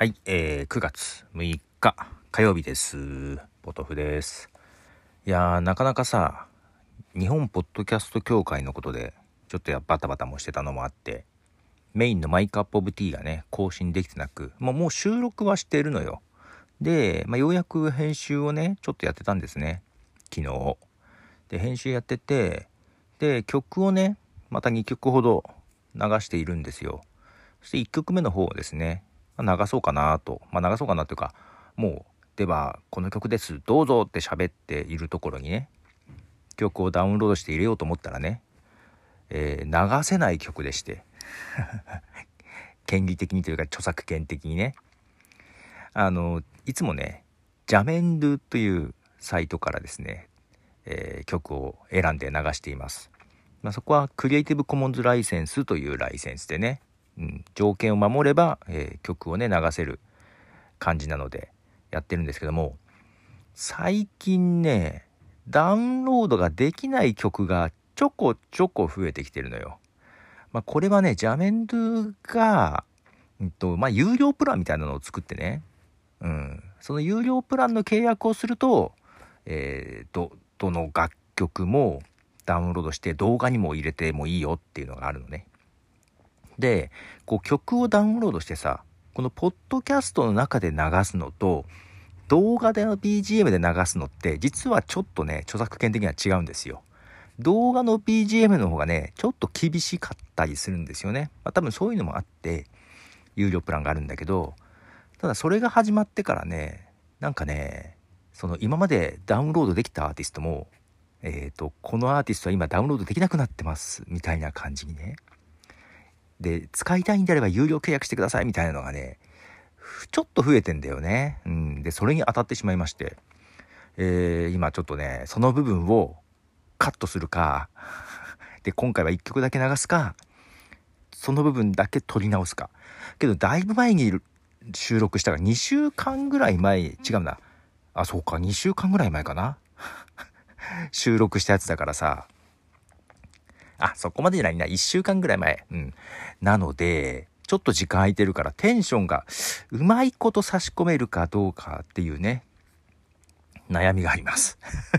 はい、9月6日火曜日です。ポトフです。いやー、なかなかさ、日本ポッドキャスト協会のことでちょっとバタバタもしてたのもあって、メインのマイカップオブティーがね更新できてなく、もう収録はしてるのよ。で、ようやく編集をねちょっとやってたんですね、昨日。で、編集やってて、で曲をねまた2曲ほど流しているんですよ。そして1曲目の方をですね、流そうかなと、流そうかなというか、もうではこの曲ですどうぞって喋っているところにね、曲をダウンロードして入れようと思ったらね、流せない曲でして権利的にというか著作権的にね、いつもねジャメンドゥというサイトからですね、曲を選んで流しています。そこはクリエイティブコモンズライセンスというライセンスでね、条件を守れば、曲をね流せる感じなのでやってるんですけども、最近ねダウンロードができない曲がちょこちょこ増えてきてるのよ。これはねジャメンドゥが、有料プランみたいなのを作ってね、その有料プランの契約をすると、どの楽曲もダウンロードして動画にも入れてもいいよっていうのがあるのね。で、こう曲をダウンロードしてさ、このポッドキャストの中で流すのと動画での BGM で流すのって実はちょっとね著作権的には違うんですよ。動画の BGM の方がねちょっと厳しかったりするんですよね。多分そういうのもあって有料プランがあるんだけど、ただそれが始まってからね、その今までダウンロードできたアーティストもこのアーティストは今ダウンロードできなくなってますみたいな感じにね、で使いたいんであれば有料契約してくださいみたいなのがねちょっと増えてんだよね。でそれに当たってしまいまして、今ちょっとねその部分をカットするかで今回は1曲だけ流すか、その部分だけ取り直すか。けどだいぶ前に収録したから2週間ぐらい前、違うな、そうか2週間ぐらい前かな収録したやつだからさ、そこまでじゃないな、1週間ぐらい前、なのでちょっと時間空いてるからテンションがうまいこと差し込めるかどうかっていうね悩みがあります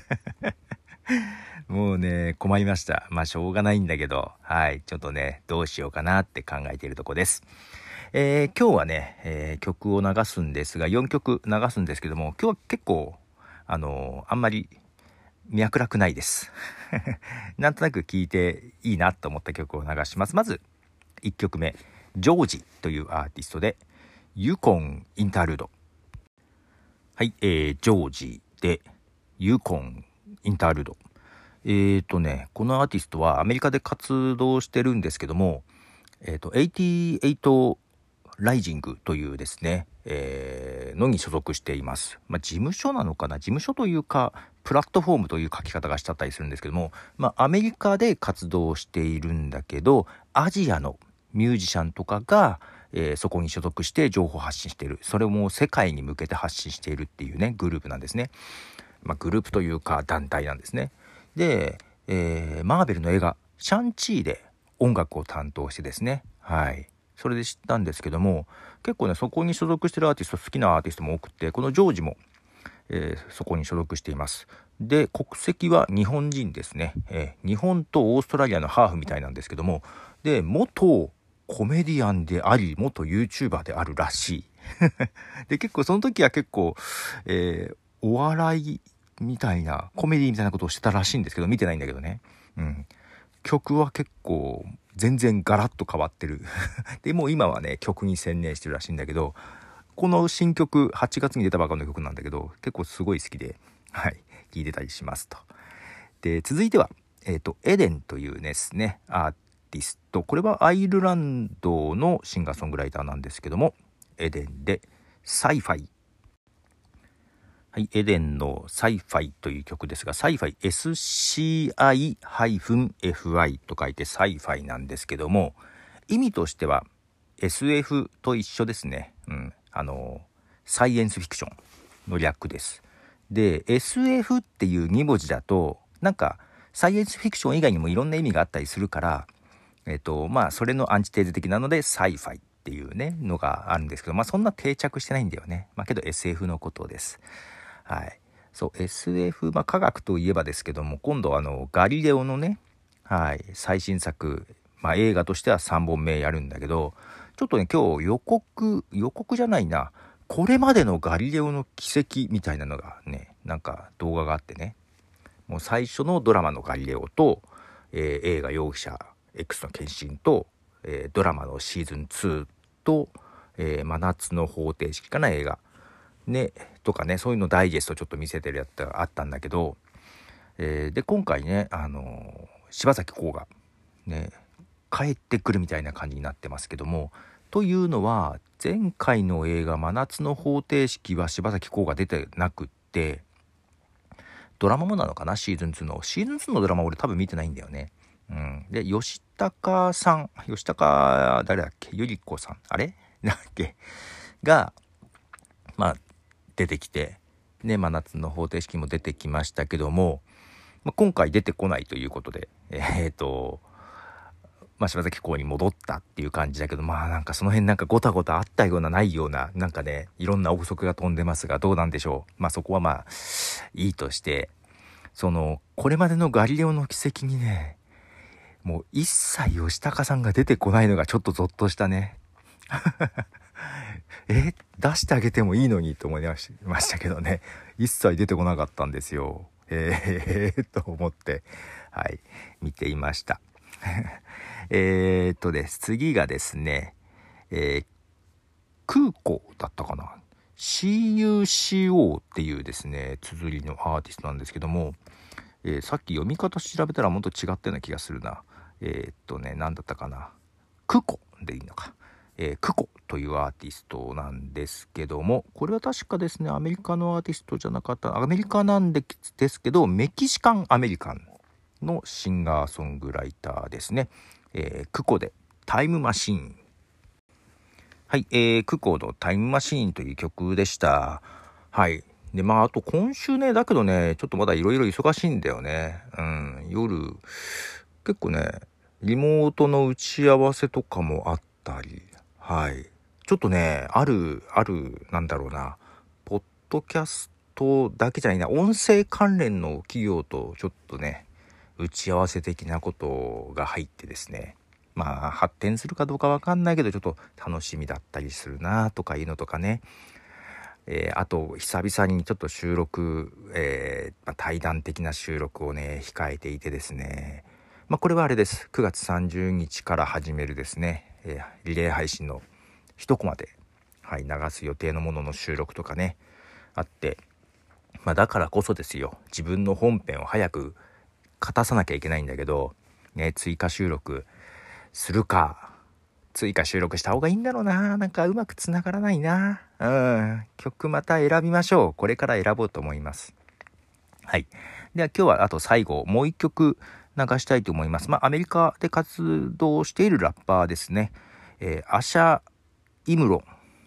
もうね困りました。しょうがないんだけど、ちょっとねどうしようかなって考えているとこです。今日はね、曲を流すんですが4曲流すんですけども、今日は結構あんまり脈絡ないですなんとなく聴いていいなと思った曲を流します。まず1曲目、ジョージというアーティストでユコンインタールード。はい、ジョージでユコンインタールード。このアーティストはアメリカで活動してるんですけども、88ライジングというですね、のに所属しています。事務所なのかな、事務所というかプラットフォームという書き方がしちゃったりするんですけども、アメリカで活動しているんだけど、アジアのミュージシャンとかが、そこに所属して情報発信している、それも世界に向けて発信しているっていうねグループなんですね。グループというか団体なんですね。で、マーベルの映画シャンチーで音楽を担当してですね、それで知ったんですけども、結構ねそこに所属してるアーティスト、好きなアーティストも多くて、このジョージも、そこに所属しています。で、国籍は日本人ですね。日本とオーストラリアのハーフみたいなんですけども、で元コメディアンであり元 YouTuber であるらしいで結構その時はお笑いみたいなコメディみたいなことをしてたらしいんですけど、見てないんだけどね。曲は結構全然ガラッと変わってるでもう今はね曲に専念してるらしいんだけど、この新曲8月に出たばかりの曲なんだけど結構すごい好きで聴いてたりしますと。で続いてはエデンというですねアーティスト、これはアイルランドのシンガーソングライターなんですけども、エデンでサイファイ。エデンのサイファイという曲ですが、サイファイ SCI-FI と書いてサイファイなんですけども、意味としては SF と一緒ですね。サイエンスフィクションの略です。で SF っていう2文字だとサイエンスフィクション以外にもいろんな意味があったりするから、それのアンチテーゼ的なのでサイファイっていうねのがあるんですけど、そんな定着してないんだよね。けど SF のことです。はい。そう SF、科学といえばですけども、今度ガリレオのね、はい、最新作、映画としては3本目やるんだけど、ちょっとね今日予告じゃないな、これまでのガリレオの軌跡みたいなのがね、なんか動画があってね、もう最初のドラマのガリレオと、映画容疑者 X の献身と、ドラマのシーズン2と、真夏の方程式かな映画ねとかね、そういうのダイジェストちょっと見せてるやつがあったんだけど、で今回ね柴咲コウがね帰ってくるみたいな感じになってますけども、というのは前回の映画真夏の方程式は柴咲コウが出てなくって、ドラマもなのかな、シーズン2のドラマ俺多分見てないんだよね。で吉高誰だっけ、ゆり子さんだっけが出てきてね、真夏の方程式も出てきましたけども、今回出てこないということで柴咲コウに戻ったっていう感じだけど、なんかその辺なんかごたごたあったようなないような、なんかねいろんな憶測が飛んでますが、どうなんでしょう。そこはいいとして、これまでのガリレオの軌跡にね、もう一切吉高さんが出てこないのがちょっとゾッとしたね出してあげてもいいのにと思いましたけどね、一切出てこなかったんですよ。と思ってはい見ていました次がですね、空港だったかな、 CUCO っていうですね綴りのアーティストなんですけども、さっき読み方調べたらもっと違ったような気がするな。何だったかな、クコでいいのか、クコというアーティストなんですけども、これは確かですねアメリカのアーティストじゃなかった、アメリカなんですけどメキシカンアメリカンのシンガーソングライターですね。クコでタイムマシーン。はい、クコのタイムマシーンという曲でした。はい。であと今週ね、だけどねちょっとまだいろいろ忙しいんだよね。夜結構ねリモートの打ち合わせとかもあったり、はい、ちょっとねあるなんだろうな、ポッドキャストだけじゃないな、音声関連の企業とちょっとね打ち合わせ的なことが入ってですね、発展するかどうかわかんないけどちょっと楽しみだったりするなとかいうのとかね、あと久々にちょっと収録、対談的な収録をね控えていてですね、これはあれです、9月30日から始めるですね、リレー配信の一コマで、流す予定のものの収録とかねあって、だからこそですよ、自分の本編を早く語さなきゃいけないんだけどね、追加収録するか、追加収録した方がいいんだろうな、なんかうまくつながらないな。曲また選びましょう。これから選ぼうと思います。はい。では今日はあと最後もう一曲流したいと思います。アメリカで活動しているラッパーですね。アシャイム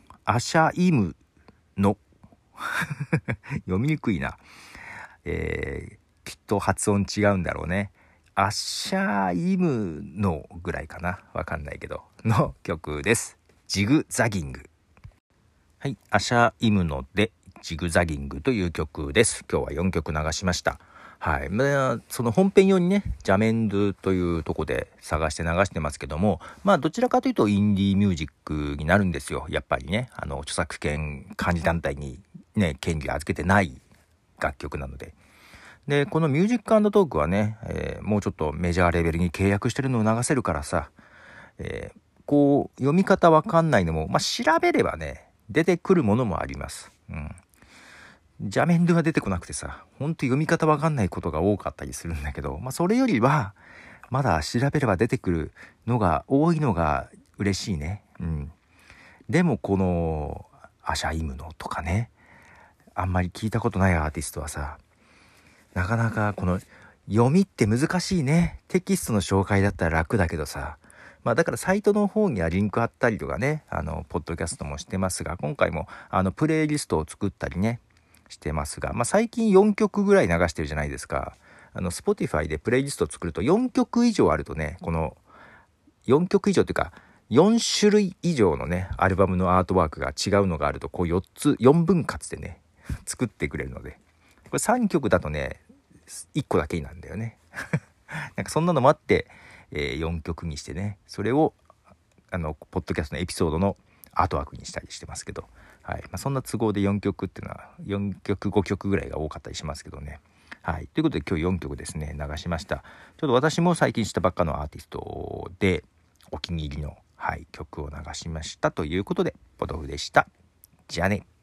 の読みにくいな。きっと発音違うんだろうね。アシャイムのぐらいかな、わかんないけどの曲です。ジグザギング。はい、アシャイムのでジグザギングという曲です。今日は4曲流しました。はい、その本編用にねジャメンドゥというとこで探して流してますけども、どちらかというとインディーミュージックになるんですよ。やっぱりね著作権管理団体にね権利預けてない楽曲なので。でこのミュージック&トークはね、もうちょっとメジャーレベルに契約してるのを流せるからさ、こう読み方わかんないのも、調べればね出てくるものもあります。ジャメンドゥが出てこなくてさ、ほんと読み方わかんないことが多かったりするんだけど、それよりはまだ調べれば出てくるのが多いのが嬉しいね。でもこのアシャイムのとかね、あんまり聞いたことないアーティストはさ、なかなかこの読みって難しいね。テキストの紹介だったら楽だけどさ、だからサイトの方にはリンク貼ったりとかね、ポッドキャストもしてますが、今回もプレイリストを作ったりねしてますが、最近4曲ぐらい流してるじゃないですか。Spotify でプレイリストを作ると4曲以上あるとね、この4曲以上っていうか 4種類以上のねアルバムのアートワークが違うのがあるとこう4分割でね作ってくれるので、これ3曲だとね1個だけになるんだよねなんかそんなのもあって、4曲にしてね、それをポッドキャストのエピソードのアートワークにしたりしてますけど、はい、そんな都合で4曲っていうのは4曲5曲ぐらいが多かったりしますけどね。はい、ということで今日4曲ですね流しました。ちょっと私も最近知ったばっかのアーティストでお気に入りの、曲を流しましたということで、ポトフでした。じゃあね。